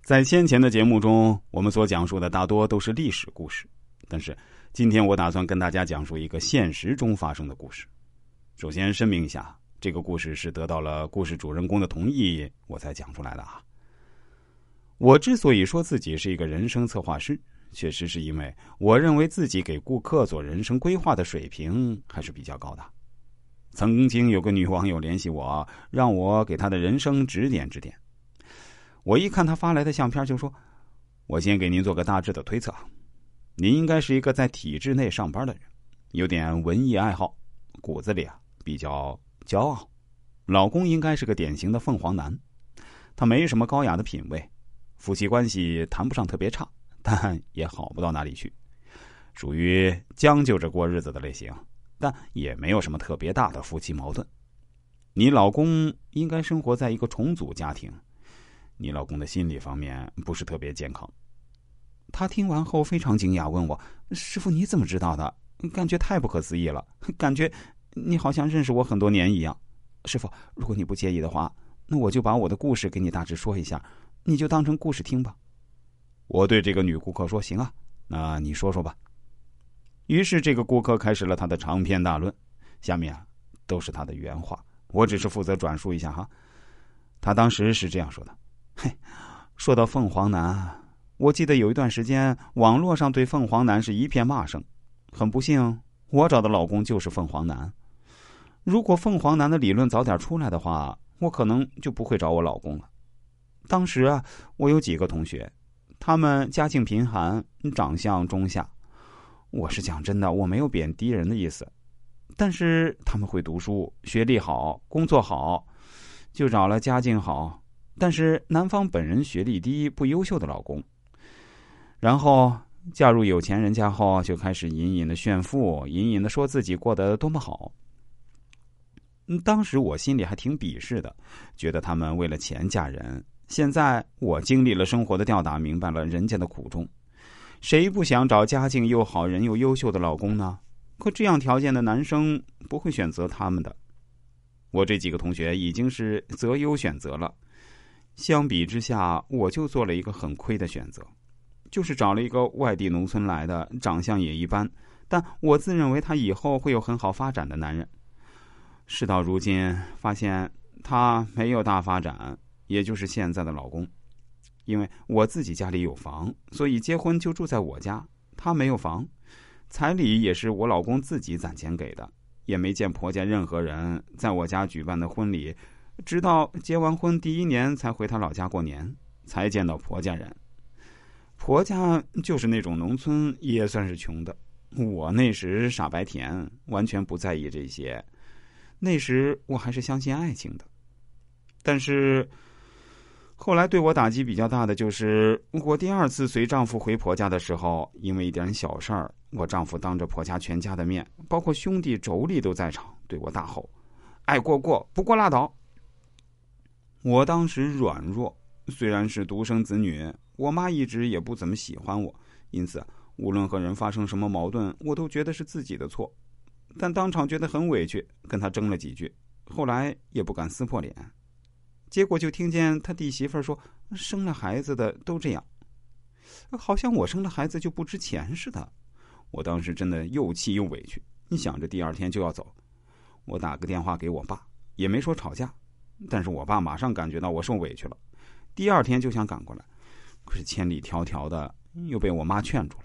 在先前的节目中，我们所讲述的大多都是历史故事，但是今天我打算跟大家讲述一个现实中发生的故事。首先声明一下，这个故事是得到了故事主人公的同意我才讲出来的啊。我之所以说自己是一个人生策划师，确实是因为我认为自己给顾客做人生规划的水平还是比较高的。曾经有个女网友联系我，让我给她的人生指点指点。我一看她发来的相片就说，我先给您做个大致的推测，您应该是一个在体制内上班的人，有点文艺爱好，骨子里比较骄傲，老公应该是个典型的凤凰男，他没什么高雅的品味，夫妻关系谈不上特别差，但也好不到哪里去，属于将就着过日子的类型，但也没有什么特别大的夫妻矛盾。你老公应该生活在一个重组家庭，你老公的心理方面不是特别健康。他听完后非常惊讶，问我，师傅你怎么知道的？感觉太不可思议了，感觉你好像认识我很多年一样。师傅，如果你不介意的话，那我就把我的故事给你大致说一下，你就当成故事听吧。我对这个女顾客说，行啊，那你说说吧。于是这个顾客开始了他的长篇大论，下面都是他的原话，我只是负责转述一下哈。他当时是这样说的，说到凤凰男，我记得有一段时间网络上对凤凰男是一片骂声，很不幸我找的老公就是凤凰男。如果凤凰男的理论早点出来的话，我可能就不会找我老公了。当时我有几个同学，他们家境贫寒，长相中下，我是讲真的，我没有贬低人的意思，但是他们会读书，学历好，工作好，就找了家境好，但是男方本人学历低不优秀的老公，然后嫁入有钱人家后就开始隐隐的炫富，隐隐的说自己过得多么好。当时我心里还挺鄙视的，觉得他们为了钱嫁人。现在我经历了生活的吊打，明白了人家的苦衷，谁不想找家境又好人又优秀的老公呢？可这样条件的男生不会选择他们的。我这几个同学已经是择优选择了，相比之下我就做了一个很亏的选择，就是找了一个外地农村来的，长相也一般，但我自认为他以后会有很好发展的男人。事到如今发现他没有大发展，也就是现在的老公。因为我自己家里有房，所以结婚就住在我家，他没有房，彩礼也是我老公自己攒钱给的，也没见婆家任何人在我家举办的婚礼，直到结完婚第1年才回他老家过年，才见到婆家人。婆家就是那种农村，也算是穷的。我那时傻白甜，完全不在意这些，那时我还是相信爱情的。但是后来对我打击比较大的就是我第2次随丈夫回婆家的时候，因为一点小事儿，我丈夫当着婆家全家的面，包括兄弟妯娌都在场，对我大吼，爱过过，不过拉倒。我当时软弱，虽然是独生子女，我妈一直也不怎么喜欢我，因此无论和人发生什么矛盾，我都觉得是自己的错，但当场觉得很委屈，跟他争了几句，后来也不敢撕破脸。结果就听见他弟媳妇说，生了孩子的都这样，好像我生了孩子就不值钱似的。我当时真的又气又委屈，你想着第2天就要走，我打个电话给我爸，也没说吵架，但是我爸马上感觉到我受委屈了，第2天就想赶过来，可是千里迢迢的又被我妈劝住了。